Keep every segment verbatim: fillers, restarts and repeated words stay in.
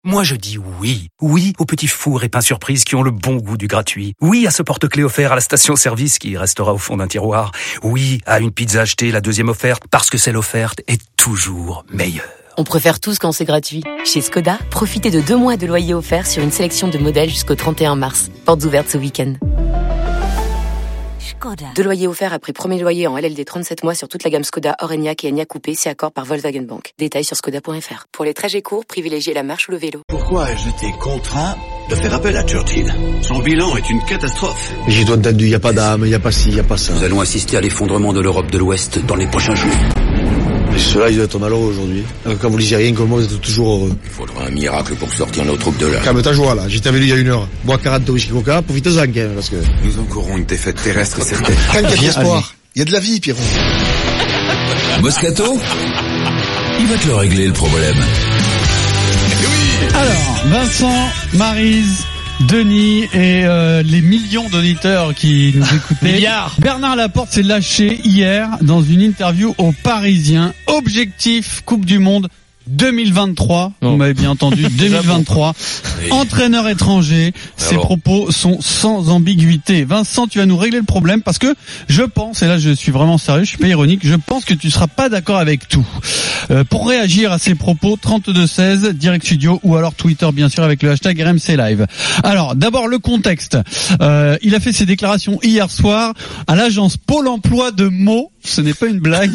Moi je dis oui, oui aux petits fours et pains surprises qui ont le bon goût du gratuit. Oui à ce porte-clés offert à la station-service qui restera au fond d'un tiroir. Oui à une pizza achetée, la deuxième offerte, parce que celle offerte est toujours meilleure. On préfère tous quand c'est gratuit. Chez Skoda, profitez de deux mois de loyer offert sur une sélection de modèles jusqu'au trente et un mars. Portes ouvertes ce week-end. Deux loyers offerts après premier loyer en L L D trente-sept mois sur toute la gamme Skoda, Orenia et Enyaq Coupé, si accord par Volkswagen Bank. Détails sur skoda point f r. Pour les trajets courts, privilégiez la marche ou le vélo. Pourquoi ai-je été contraint de faire appel à Churchill? Son bilan est une catastrophe. J'ai entendu, il n'y a pas d'âme, il n'y a pas ci, il n'y a pas ça. Nous allons assister à l'effondrement de l'Europe de l'Ouest dans les prochains jours. Mais ceux-là, ils doivent être malheureux aujourd'hui. Quand vous lisez rien comme moi, vous êtes toujours heureux. Il faudra un miracle pour sortir nos troupes de là. Calme ta joie, là. J'étais avec lui il y a une heure. Bois quarante de whisky coca, profitez-en quand même, parce que... Nous encourons une défaite terrestre certaine. Quand il y a de l'espoir, il y a de la vie, Pierrot. Moscato, il va te le régler, le problème. Alors, Vincent, Maryse, Denis et euh, les millions d'auditeurs qui nous écoutaient. Milliards. Bernard Laporte s'est lâché hier dans une interview aux Parisiens. Objectif Coupe du Monde deux mille vingt-trois, oh. Vous m'avez bien entendu, deux mille vingt-trois, oui. Entraîneur étranger, ses propos sont sans ambiguïté. Vincent, tu vas nous régler le problème parce que je pense, et là je suis vraiment sérieux, je suis pas ironique, je pense que tu seras pas d'accord avec tout. Euh, pour réagir à ces propos, trente-deux seize, Direct Studio ou alors Twitter bien sûr avec le hashtag R M C Live. Alors, d'abord le contexte. Euh, il a fait ses déclarations hier soir à l'agence Pôle Emploi de Meaux. Ce n'est pas une blague.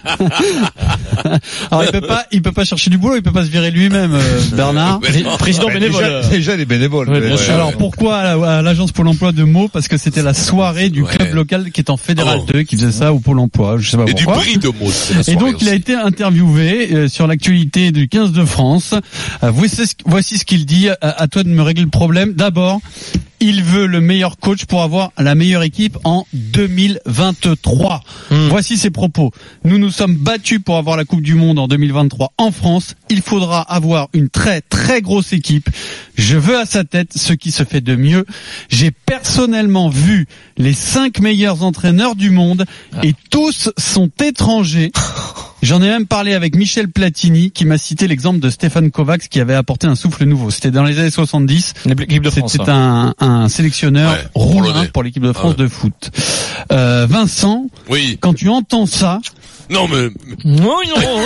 Alors il peut pas, il peut pas chercher du boulot, il peut pas se virer lui-même, euh, Bernard. Président ouais, bénévole. Déjà, déjà les bénévoles. Ouais, bien sûr. Alors pourquoi à l'agence Pôle Emploi de Meaux? Parce que c'était la soirée du club ouais. local qui est en Fédéral oh. deux, qui faisait ça au Pôle Emploi. Je sais pas Et pourquoi. du bris de Meaux. Et donc aussi. Il a été interviewé euh, sur l'actualité du quinze de France. Euh, voici, voici ce qu'il dit. À, à toi de me régler le problème. D'abord, il veut le meilleur coach pour avoir la meilleure équipe en deux mille vingt-trois. Mmh. Voici ses propos. Nous nous sommes battus pour avoir la Coupe du Monde en deux mille vingt-trois en France. Il faudra avoir une très très grosse équipe. Je veux à sa tête ce qui se fait de mieux. J'ai personnellement vu les cinq meilleurs entraîneurs du monde et tous sont étrangers. J'en ai même parlé avec Michel Platini qui m'a cité l'exemple de Stéphane Kovacs qui avait apporté un souffle nouveau. C'était dans les années soixante-dix. L'équipe de France. C'était un, un sélectionneur ouais, roumain pour l'équipe de France ah ouais. de foot. Euh, Vincent, oui. Quand tu entends ça... Non mais... Non, non.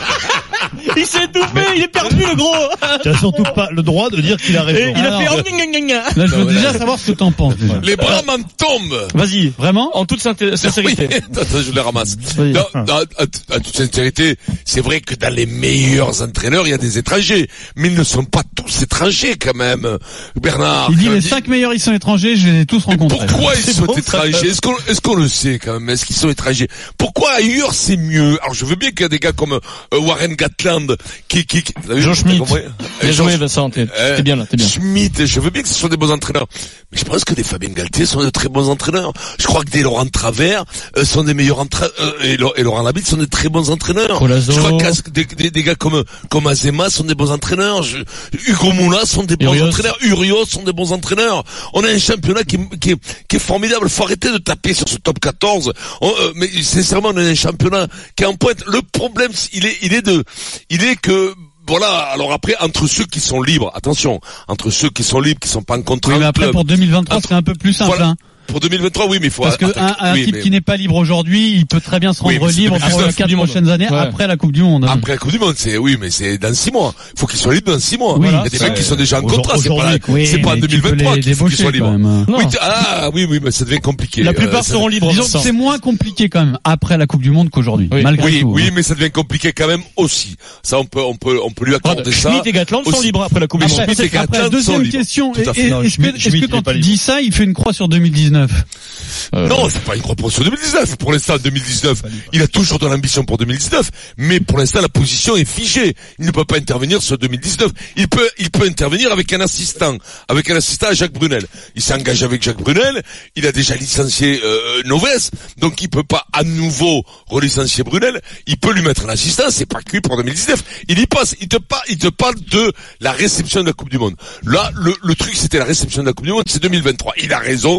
Il s'est étouffé, il est perdu le gros. Tu as surtout pas le droit de dire qu'il a raison. Et il a Alors, fait là, je veux ouais, déjà là. savoir ce que t'en penses. Déjà. Les bras m'en tombent. Vas-y, vraiment? En toute sincérité. Oui, attends, je les ramasse. Oui. Non, non, en, en toute sincérité, c'est vrai que dans les meilleurs entraîneurs, il y a des étrangers. Mais ils ne sont pas tous étrangers quand même. Bernard. Il dit les dis... cinq meilleurs, ils sont étrangers, je les ai tous rencontrés. Pourquoi ils sont bon, étrangers? Est-ce qu'on, est-ce qu'on le sait quand même? Est-ce qu'ils sont étrangers? Pourquoi ailleurs c'est mieux? Alors je veux bien qu'il y a des gars comme euh, Warren Gatland, qui, qui, qui Jean Schmidt. Bien joué, Vincent. T'es, euh, t'es bien là, t'es bien. Schmidt, je veux bien que ce soit des bons entraîneurs. Mais je pense que des Fabien Galtier sont de très bons entraîneurs. Je crois que des Laurent Travers euh, sont des meilleurs entraîneurs, euh, et, et Laurent Labitte sont des très bons entraîneurs. Colazo. Je crois que des, des, des gars comme, comme Azema sont des bons entraîneurs. Je, Hugo Moula sont des bons Urios. entraîneurs. Urios sont des bons entraîneurs. On a un championnat qui, qui, est, qui est formidable. Faut arrêter de taper sur ce top quatorze. On, euh, mais sincèrement, on a un championnat qui est en pointe. Le problème, il est, il est de, il est que, voilà, alors après, entre ceux qui sont libres, attention, entre ceux qui sont libres, qui sont pas en contrat. Oui, mais après, club, pour deux mille vingt-trois, entre, c'est un peu plus simple, voilà. hein. Pour deux mille vingt-trois, oui, mais il faut... Parce qu'un un, un oui, type mais... qui n'est pas libre aujourd'hui, il peut très bien se rendre oui, libre pour les quatre prochaines années, ouais. après la Coupe du Monde. Après la Coupe du Monde, c'est, oui, mais c'est dans six mois. Il faut qu'il soit libre dans six mois. Oui, il y a des mecs qui sont déjà en contrat, c'est pas, oui, c'est pas en deux mille vingt-trois qu'il faut qu'ils soient libres. Oui, ah, oui, oui, mais ça devient compliqué. La plupart euh, seront libres. Disons que c'est moins compliqué quand même après la Coupe du Monde qu'aujourd'hui, oui. malgré oui, tout. Oui, hein. mais ça devient compliqué quand même aussi. Ça, on peut, on peut, on peut lui accorder ça. Schmidt et Gatland sont libres après la Coupe du Monde. Après, deuxième question, est-ce que quand tu dis ça, il fait une croix sur deux mille dix-neuf? Euh... Non, c'est pas une croix sur deux mille dix-neuf. Pour l'instant, deux mille dix-neuf, il a toujours de l'ambition pour deux mille dix-neuf, mais pour l'instant, la position est figée. Il ne peut pas intervenir sur deux mille dix-neuf. Il peut, il peut intervenir avec un assistant, avec un assistant à Jacques Brunel. Il s'engage avec Jacques Brunel. Il a déjà licencié euh, Noves, donc il peut pas à nouveau relicencier Brunel. Il peut lui mettre un assistant. C'est pas cuit pour deux mille dix-neuf. Il y passe. Il te parle, il te parle de la réception de la Coupe du Monde. Là, le, le truc, c'était la réception de la Coupe du Monde. C'est deux mille vingt-trois. Il a raison. Dans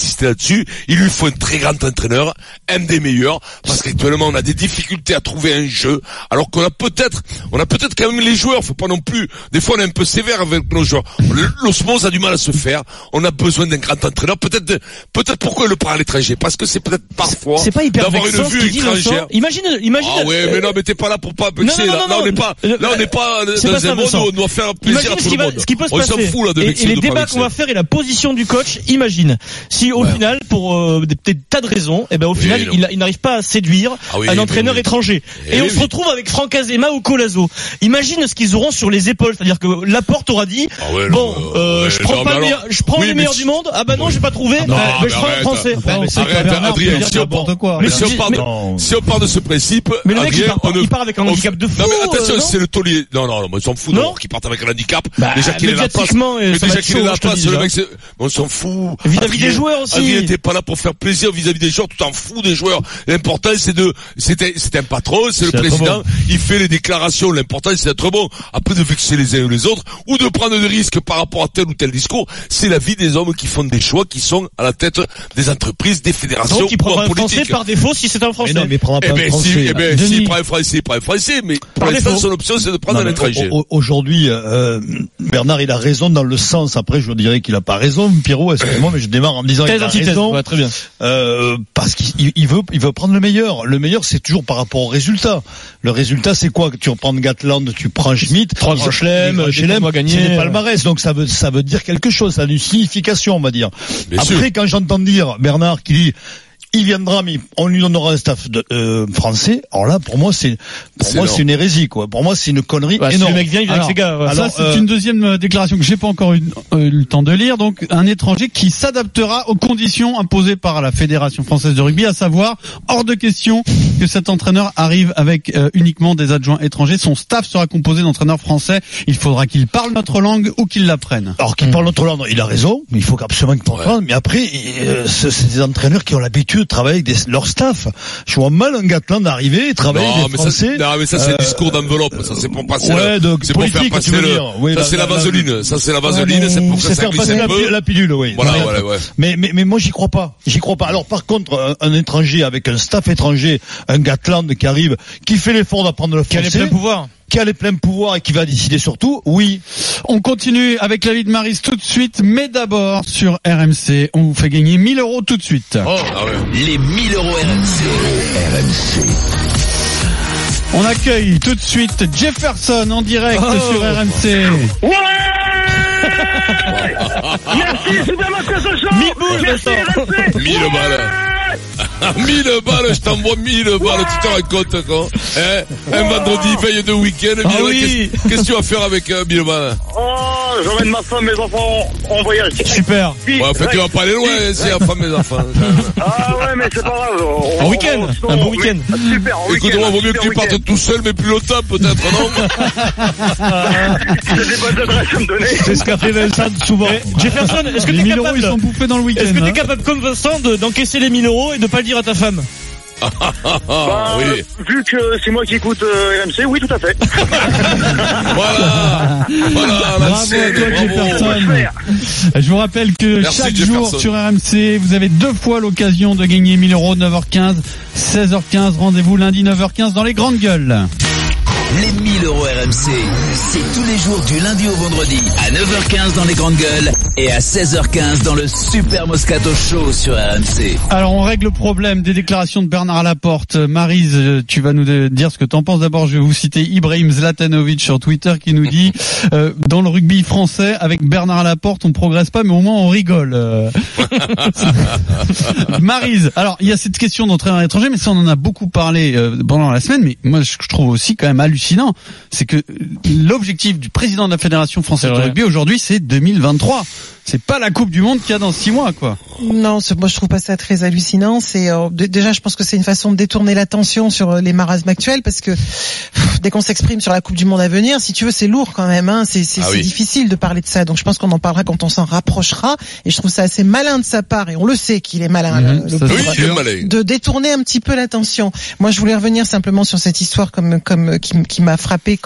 insister là-dessus. Il lui faut un très grand entraîneur, un des meilleurs, parce qu'actuellement on a des difficultés à trouver un jeu, alors qu'on a peut-être, on a peut-être quand même les joueurs. Faut pas non plus. Des fois on est un peu sévère avec nos joueurs. L'osmose a du mal à se faire. On a besoin d'un grand entraîneur. Peut-être, de, peut-être pourquoi le prend à l'étranger, parce que c'est peut-être parfois c'est pas hyper d'avoir une vue étrangère. Imagine, imagine. Ah ouais, mais non, mais t'es pas là pour pas. Non, non, non, là, là on n'est pas. Là on n'est pas dans un monde où on doit faire plaisir à tout le monde. Ce qui peut se on s'en passer. fout là de Et, et les débats qu'on va faire et la position du coach. Imagine si au ouais. final, pour euh, des peut-être tas de raisons, et ben au oui, final il, il n'arrive pas à séduire ah oui, un entraîneur oui, étranger. Et, et on oui. se retrouve avec Franck Azema ou Colazo. Imagine ce qu'ils auront sur les épaules, c'est-à-dire que Laporte aura dit ah ouais, bon, non, euh, ouais, je prends non, pas le meilleur, je prends oui, les meilleurs du monde. Ah bah non, j'ai pas trouvé. Non, mais je prends un français. Arrête, Adrien, si on part quoi. Si on part de ce principe, mais le mec il part avec un handicap de fou. Non mais attention, c'est le taulier. Non non, on s'en fout non, qu'il parte avec un handicap. Déjà qu'il est la place. Mais déjà qu'il est la place, le mec on s'en fout. Vis-à-vis des joueurs aussi. Adrien n'était pas là pour faire plaisir vis-à-vis des joueurs, tout en fous des joueurs. L'important c'est de, c'était, c'est un patron, c'est le président, il fait les déclarations. L'important c'est d'être bon. Après de vexer les uns ou les autres, ou de prendre des risques par rapport à tel ou tel discours, c'est la vie des hommes qui font des choix, qui sont à la tête des entreprises, des fédérations. Donc il prendra un français par défaut si c'est un français. Mais non, mais il prendra pas eh ben, un français. Si, eh ben, s'il prend un français, il prend un français, mais pour l'instant son option c'est de prendre non, un étranger. Aujourd'hui, euh, Bernard il a raison dans le sens. Après je dirais qu'il a pas raison, Pierrot. Excusez-moi, mais je démarre en me disant qu'il a raison. Ouais, très bien. Euh, parce qu'il il veut, il veut prendre le meilleur. Le meilleur, c'est toujours par rapport au résultat. Le résultat, c'est quoi? Tu reprends Gatland, tu prends Schmitt, trois grands chelems, Chelem, c'est des palmarès. Donc ça veut, ça veut dire quelque chose. Ça a une signification, on va dire. Bien Après, sûr. Quand j'entends dire Bernard qui dit il viendra, mais on lui donnera un staff de, euh, français. Alors là, pour moi, c'est pour c'est moi c'est une hérésie, quoi. Pour moi, c'est une connerie bah, énorme. Si le mec vient, il vient alors, avec ses gars. Ouais. Alors, ça, c'est euh, une deuxième déclaration que j'ai pas encore eu euh, le temps de lire. Donc, un étranger qui s'adaptera aux conditions imposées par la Fédération française de rugby, à savoir hors de question que cet entraîneur arrive avec euh, uniquement des adjoints étrangers. Son staff sera composé d'entraîneurs français. Il faudra qu'il parle notre langue ou qu'il l'apprenne. Alors qu'il mmh. parle notre langue, il a raison. Mais il faut absolument qu'il parle. Ouais. Mais après, euh, c'est, c'est des entraîneurs qui ont l'habitude de travailler avec des, leur staff. Je vois mal un Gatland arriver et travailler non, avec des Français. Ça, non, mais ça c'est euh, un discours d'enveloppe. Ça c'est pour passer. Ouais, le, c'est pour faire passer le. Oui, ça la, c'est la, la vaseline. La, ça c'est la vaseline. Ouais, c'est pour que ça glisse un peu. La pilule, oui. Voilà, ouais, ouais, ouais. Mais mais mais moi j'y crois pas. J'y crois pas. Alors par contre, un, un étranger avec un staff étranger, un Gatland qui arrive, qui fait l'effort d'apprendre le français, qui a les pleins pouvoirs. qui a les pleins pouvoirs et qui va décider surtout, oui. On continue avec la vie de Maryse tout de suite, mais d'abord sur R M C, on vous fait gagner mille euros tout de suite. Oh, ah ouais. Les mille euros R M C. R M C. On accueille tout de suite Jefferson en direct oh. sur R M C. Ouais. Merci, Supermarché Sochaux. Mille mille balles. mille balles, je t'envoie mille balles, tu te rends compte, quoi. Eh, un vendredi, veille de week-end, ah oui. qu'est-ce, qu'est-ce que tu vas faire avec euh, mille balles? Oh, j'emmène ma femme, mes enfants en voyage. Super. Ouais, en fait, tu vas pas aller loin, c'est la femme, mes enfants. Ah ouais, mais c'est pas grave. Un week-end, on, on, un bon week-end. Mais, super, un week-end. Écoute-moi, vaut mieux que tu week-end. partes tout seul, mais plus longtemps, peut-être, non? C'est des bonnes adresses à me donner. C'est ce qu'a fait Vincent souvent. Jefferson, est-ce que t'es capable, euros, ils sont bouffés dans le week-end, est-ce que t'es hein. capable, comme Vincent, de, d'encaisser les mille euros et de pas le dire à ta femme? Bah, oui. Vu que c'est moi qui écoute euh, R M C, oui, tout à fait. Voilà, voilà, bravo à toi, Jefferson. Je vous rappelle que Merci, chaque Jefferson. jour sur R M C, vous avez deux fois l'occasion de gagner mille euros, neuf heures quinze, seize heures quinze. Rendez-vous lundi neuf heures quinze dans les grandes gueules. Les mille euros R M C, c'est tous les jours du lundi au vendredi à neuf heures quinze dans les grandes gueules et à seize heures quinze dans le Super Moscato Show sur R M C. Alors on règle le problème des déclarations de Bernard Laporte. Maryse, tu vas nous dire ce que t'en penses. D'abord, je vais vous citer Ibrahim Zlatanovic sur Twitter qui nous dit euh, dans le rugby français, avec Bernard Laporte, on progresse pas, mais au moins on rigole. Euh... Maryse, alors il y a cette question d'entraîneur étranger, mais ça on en a beaucoup parlé euh, pendant la semaine, mais moi je trouve aussi quand même hallucinant. C'est que l'objectif du président de la Fédération française de rugby aujourd'hui, c'est deux mille vingt-trois. C'est pas la Coupe du Monde qu'il y a dans six mois, quoi. Non, c'est, moi je trouve pas ça très hallucinant. C'est euh, d- déjà, je pense que c'est une façon de détourner l'attention sur euh, les marasmes actuels, parce que pff, dès qu'on s'exprime sur la Coupe du Monde à venir, si tu veux, c'est lourd quand même. Hein. C'est, c'est, ah c'est oui. difficile de parler de ça. Donc je pense qu'on en parlera quand on s'en rapprochera. Et je trouve ça assez malin de sa part, et on le sait qu'il est malin, mmh, le, le pauvre, oui, de détourner un petit peu l'attention. Moi, je voulais revenir simplement sur cette histoire comme comme qui, qui m'a frappé comme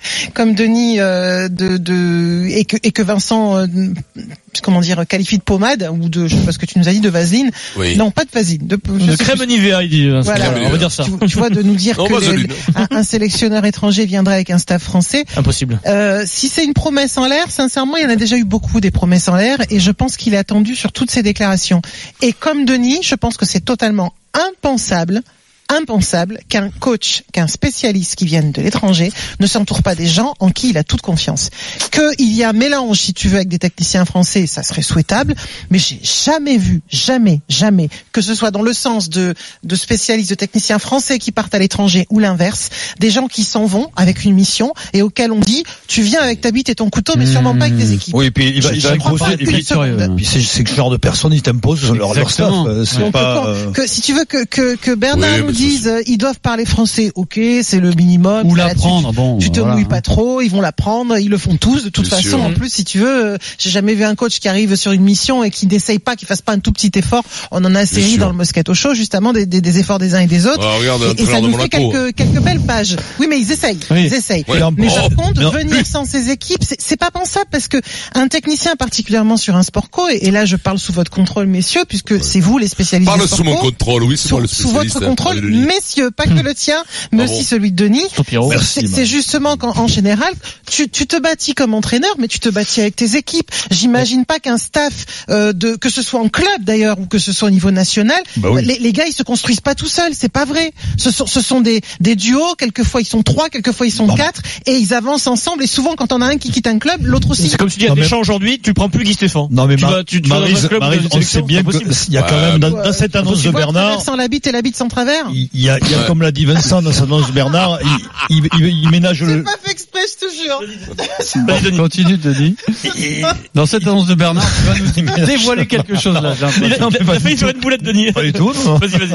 comme Denis euh, de, de et que et que Vincent euh, comment dire qualifie de pommade ou de je sais pas ce que tu nous as dit de vaseline. Oui. Non, pas de vaseline, de, de crème Nivea, il dit. Voilà, on va dire ça. Tu, tu vois, de nous dire non, que les, un, un sélectionneur étranger viendrait avec un staff français. Impossible. Euh, si c'est une promesse en l'air, sincèrement, il y en a déjà eu beaucoup des promesses en l'air et je pense qu'il est attendu sur toutes ces déclarations. Et comme Denis, je pense que c'est totalement impensable impensable qu'un coach, qu'un spécialiste qui vienne de l'étranger ne s'entoure pas des gens en qui il a toute confiance. Qu'il y a mélange, si tu veux, avec des techniciens français, ça serait souhaitable, mais j'ai jamais vu, jamais, jamais, que ce soit dans le sens de, de spécialistes, de techniciens français qui partent à l'étranger ou l'inverse, des gens qui s'en vont avec une mission et auxquels on dit, tu viens avec ta bite et ton couteau, mais sûrement pas avec tes équipes. Oui, et puis il va, il va imposer, et puis, puis c'est, c'est ce genre de personnes, ils t'imposent leur, leur staff. C'est donc, pas, euh... que, si tu veux que, que, que Bernard oui, nous dise, ils doivent parler français, ok, c'est le minimum. Ou l'apprendre, bon. Tu te voilà. mouilles pas trop, ils vont l'apprendre, ils le font tous, de toute Bien façon. sûr. En plus, si tu veux, j'ai jamais vu un coach qui arrive sur une mission et qui n'essaye pas, qui fasse pas un tout petit effort. On en a série dans le Moscato Show, justement, des, des, des efforts des uns et des autres. Ah, regarde, et, et ça nous fait quelques, quelques belles pages. Oui, mais ils essayent, oui. ils essayent. Ouais. Mais Oh, par contre, non. venir sans ces équipes, c'est, c'est pas pensable parce que un technicien, particulièrement sur un sport co, et, et là, je parle sous votre contrôle, messieurs, puisque ouais. c'est vous les spécialistes. Parle des sous mon co, contrôle, oui, c'est sous, moi le sous spécialiste. votre contrôle, hein, messieurs, pas que le tien, mais Bravo. aussi celui de Denis. Merci, c'est, c'est justement qu'en en général, tu, tu te bâtis comme entraîneur, mais tu te bâtis avec tes équipes. J'imagine pas qu'un staff euh, de que ce soit en club d'ailleurs ou que ce soit au niveau national, bah oui. les, les gars ils se construisent pas tout seuls, c'est pas vrai. Ce sont, ce sont des, des duos. Quelquefois ils sont trois, quelquefois ils sont non, quatre, et ils avancent ensemble. Et souvent quand on a un qui quitte un club, l'autre aussi. C'est comme tu dis à Deschamps aujourd'hui, tu prends plus Guy Stéphane. Non mais tu Mar- vas, tu, tu Maryse, vas dans un club Maryse, de on sait bien qu'il y a quand ouais, même dans, ouais, dans cette annonce tu de vois, Bernard, sans la bite et la bite sans travers. il y a, il y a ouais. comme l'a dit Vincent dans cette annonce de Bernard, il, il, il, il ménage le. C'est pas fait exprès, je te jure. Bon, continue, Denis. Dans cette annonce de Bernard, tu vas nous dévoiler quelque chose là. Il a, il a, il a failli faire une boulette, Denis. Pas du tout, non. Vas-y, vas-y.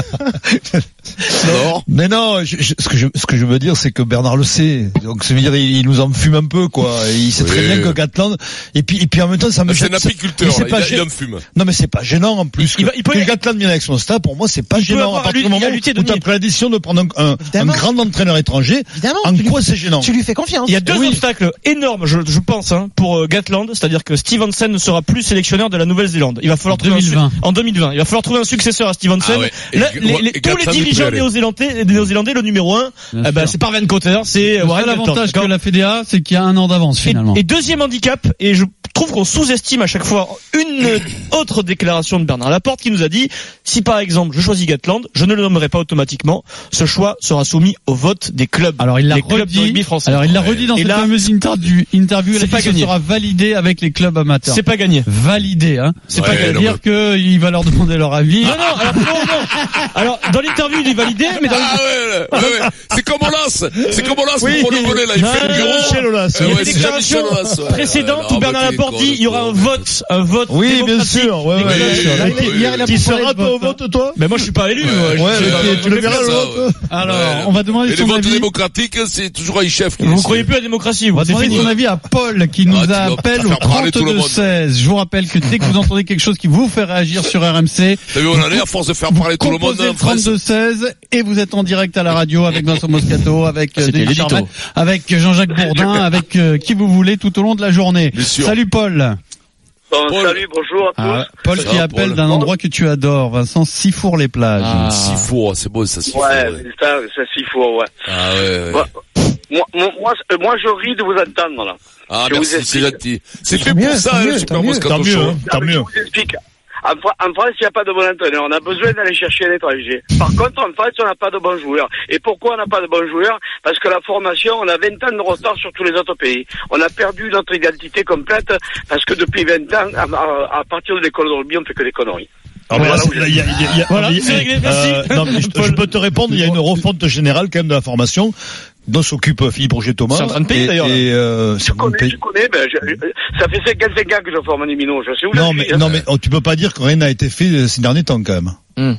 Non. Mais non, je, je, ce que je, ce que je veux dire, c'est que Bernard le sait. Donc, ça veut dire, il, il nous en fume un peu, quoi. Et il sait oui. très bien que Gatland, et puis, et puis en même temps, ça me gêne. C'est un apiculteur, c'est pas il, gê... il en fume. Non, mais c'est pas gênant, en plus. Il, que, il peut que y... Gatland vienne avec son staff, pour moi, c'est pas il gênant. À partir du moment où tu as pris la décision de prendre un, un, un grand entraîneur étranger, évidemment, en quoi c'est gênant? Tu lui fais confiance. Il y a deux oui. obstacles énormes, je, je pense, hein, pour euh, Gatland, c'est-à-dire que Stevenson ne sera plus sélectionneur de la Nouvelle-Zélande. Il va falloir trouver deux mille vingt. Un su- en deux mille vingt. Il va falloir trouver un successeur à Stevenson. Ah ouais. Là, et, les, les, et tous les dirigeants néo-zélandais, néo-zélandais, le numéro un, eh ben, c'est pas Van Cotter, c'est le seul avantage que la F D A, c'est qu'il y a un an d'avance finalement. Et, et deuxième handicap, et je trouve qu'on sous-estime à chaque fois une autre déclaration de Bernard Laporte qui nous a dit, si par exemple je choisis Gatland, je ne le nommerai pas automatiquement, ce choix sera soumis au vote des clubs. Alors il l'a les clubs de rugby redit, français. alors il l'a redit dans et cette là, fameuse interview, interview c'est là, pas qui gagné. sera validé avec les clubs amateurs. C'est pas gagné. Validé, hein. C'est ouais, pas qu'à non, dire mais... que il va leur demander leur avis. Non, non, alors, non, non. Alors, dans l'interview, il est validé, mais dans ah ouais, ouais, ouais. C'est comme Olas, c'est comme Olas oui. pour renouveler là, il non, fait le bureau. Michel Olas. Il y a ouais, des déclarations ouais. précédentes ouais, où Bernard Laporte dit, il y aura un vote, un vote oui, bien sûr, ouais, ouais, Hier, il a qui proposé sera le toi au vote. vote, toi? Mais moi, je suis pas élu. Ouais, moi. Je- ouais, je- tu, tu le verras le ça, vote. ouais. Alors, Ouais. on va demander Et les son votes avis. démocratiques, c'est toujours un chef qui Vous ne décide. croyez plus à la démocratie, On vous. va C'est demander fini. son avis à Paul qui nous Ah, tu vas appelle faire au parler tout le trente-deux monde. seize. Je vous rappelle que dès que vous entendez quelque chose qui vous fait réagir sur R M C, T'as vu, on en est à force de faire parler tout le monde composez en le France. trente-deux seize et vous êtes en direct à la radio avec Vincent Moscato, avec euh, C'était Denis l'édito. Charvet, avec Jean-Jacques Bourdin, avec euh, qui vous voulez tout au long de la journée. Bien sûr. Salut Paul. Bon, Paul. salut, bonjour à tous. Ah, Paul Ça qui va, appelle Paul. d'un endroit que tu adores, Vincent, Sifour-les-Plages. Ah. Sifour, c'est beau ça, Sifour. Ouais, ouais. c'est ça, ça s'y faut, ouais. Ah ouais, ouais. Ouais. Moi, moi, moi, euh, moi, je ris de vous entendre, là. Ah Je vous merci, c'est explique. gentil. C'est fait Tant mieux, pour ça, tant hein, mieux, le Super tant mieux. Moscato Tant mieux, Show. hein. Tant Non, mais mieux. Je vous explique. En, Fra- en France, il n'y a pas de bon entraîneur. On a besoin d'aller chercher un étranger. Par contre, en France, on n'a pas de bons joueurs. Et pourquoi on n'a pas de bons joueurs? Parce que la formation, on a vingt ans de retard sur tous les autres pays. On a perdu notre identité complète parce que depuis vingt ans, à, à, à partir de l'école de rugby, on fait que des conneries. Ah, mais là, Voilà, c'est- là, il y a, il y a, il y a- Voilà, il y a- c'est réglé, merci. euh, non, mais je, je peux te répondre, il y a une refonte générale quand même de la formation dont s'occupe Philippe Roger Thomas. C'est en train de payer, et, d'ailleurs, là. Et, euh, c'est Je en train de connais, payer. je connais, ben, je, je- ça fait cinquante-cinq ans que je forme un Mino. Je sais où Non, je mais, suis, hein. non, mais oh, tu peux pas dire que rien n'a été fait ces derniers temps, quand même.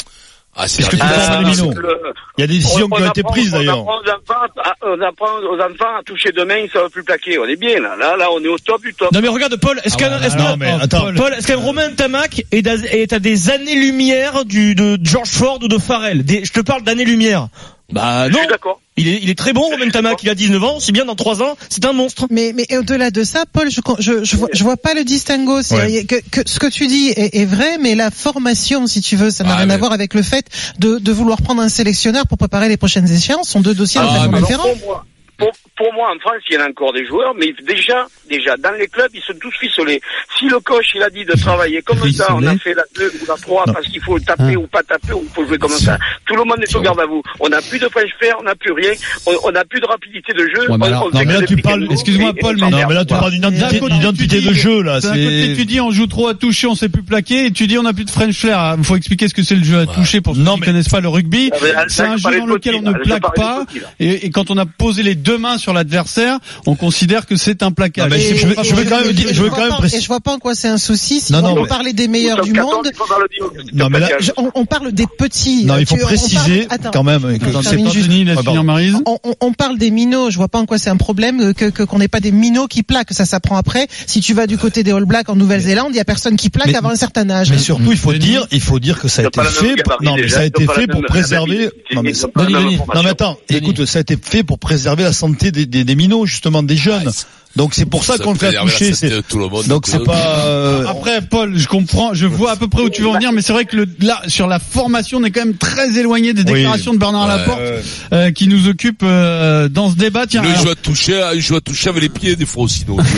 Ah, c'est Est-ce que tu gentil. peux faire Ah, les minots? c'est le- Il y a des décisions on- qui ont on été apprend- prises, d'ailleurs. On apprend, aux enfants, à, on apprend aux enfants à toucher deux mains, ils savent plus plaquer. On est bien, là. Là, là, on est au top du top. Non mais regarde Paul, est-ce Ah qu'un, ouais, est-ce non, qu'un, mais attends. Paul, est-ce qu'un Romain Tamac est à, est à des années-lumière du, de George Ford ou de Farrell? Des, je te parle d'années-lumière. Bah non. Je suis d'accord. Il est, il est très bon, Romain Tamac, il a dix-neuf ans, si bien dans trois ans, c'est un monstre. Mais, mais au-delà de ça, Paul, je, je, je, vois, je vois pas le distinguo. C'est ouais. que, que ce que tu dis est, est vrai, mais la formation, si tu veux, ça n'a ah, rien mais... à voir avec le fait de, de vouloir prendre un sélectionneur pour préparer les prochaines échéances. Ce sont deux dossiers ah, totalement différents. Pour, pour moi, en France, il y en a encore des joueurs, mais déjà, déjà, dans les clubs, ils sont tous ficelés. Si le coach, il a dit de travailler comme ça, on a fait la deux ou la trois parce qu'il faut taper ah. ou pas taper, ou il faut jouer comme ça. Tout le monde est au garde à vous. On n'a plus de French flair, on n'a plus rien, on n'a plus de rapidité de jeu. Ouais, on, alors, on non, mais là, tu parles, excuse-moi, Paul, mais, non, mais là, tu parles d'identité de jeu, là. D'un côté, tu dis, on joue trop à toucher, on sait plus plaquer, et tu dis, on n'a plus de French flair. Il faut expliquer ce que c'est le jeu à toucher pour ceux qui ne connaissent pas le rugby. C'est un jeu dans lequel on ne plaque pas, et quand on a posé les deux mains sur l'adversaire, on considère que c'est un plaquage. Et, je, veux, je veux quand même, je, je veux quand même préciser. Et je vois pas en quoi c'est un souci. Si non, non, on mais... parlait des meilleurs du monde. Non, mais là, je, on, on parle des petits. Non, il faut tu, préciser parle, quand même. Que c'est pas Denis, laisse finir Maryse. On, on, on parle des minots. Je vois pas en quoi c'est un problème que, que qu'on n'ait pas des minots qui plaquent. Ça s'apprend après. Si tu vas du côté des All Blacks en Nouvelle-Zélande, il y a personne qui plaque mais, avant un certain âge. Mais surtout, il faut dire, il faut dire que ça a été fait. Non, mais ça a été fait pour préserver. Non, mais non, mais attends. Écoute, ça a été fait pour préserver la santé des des minots, justement, des jeunes. Donc c'est pour ça, ça qu'on le fait toucher. C'est... Donc c'est pas. Euh... Après, Paul, je comprends, je vois à peu près où tu veux en venir, mais c'est vrai que le, là, sur la formation, on est quand même très éloigné des déclarations oui. de Bernard ouais, Laporte ouais. Euh, qui nous occupe euh, dans ce débat. Tiens, le alors... joue à toucher, il joue à toucher avec les pieds des fois aussi. Donc,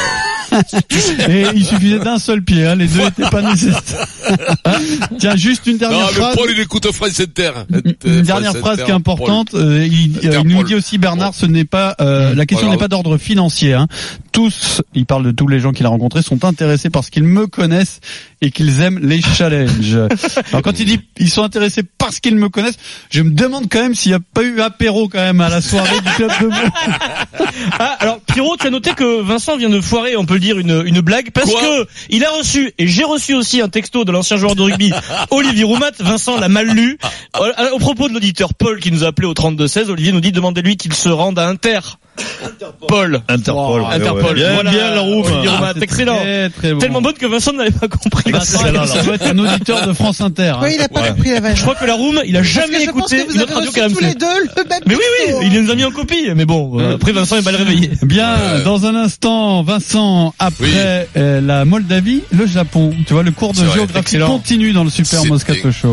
et il suffisait d'un seul pied, hein, les deux n'étaient pas nécessaires. Tiens, juste une dernière non, phrase. Mais Paul, il écoute France Inter. Une dernière France phrase Inter, qui est importante. Euh, il, Inter, il nous dit aussi, Bernard, Paul. ce n'est pas euh, la question voilà. n'est pas d'ordre financier. Hein. Tous, il parle de tous les gens qu'il a rencontrés, sont intéressés parce qu'ils me connaissent et qu'ils aiment les challenges. Alors quand il dit ils sont intéressés parce qu'ils me connaissent, je me demande quand même s'il n'y a pas eu apéro quand même à la soirée du club de Meaux. Ah, alors Pierrot, tu as noté que Vincent vient de foirer, on peut le dire, une, une blague parce Quoi que il a reçu et j'ai reçu aussi un texto de l'ancien joueur de rugby Olivier Roumat. Vincent l'a mal lu. Au propos de l'auditeur Paul qui nous a appelé au trente-deux seize, Olivier nous dit demandez-lui qu'il se rende à Inter. Paul. Interpol. Oh, Interpol. Bien, voilà. bien la roue. Ah, excellent. Très, très bon. Tellement bonne que Vincent n'avait pas compris. Vincent, ça doit être un auditeur de France Inter. Hein. Oui, il a pas ouais. compris la vanne. Je crois que la room, il a jamais écouté une autre radio qu'A M C. Tous les deux le même mais oui, oui, il nous a mis en copie. Mais bon, euh, après Vincent est mal réveillé. Bien, euh... dans un instant, Vincent, après oui. euh, la Moldavie, le Japon. Tu vois, le cours de géographie continue dans le Super Moscato Show.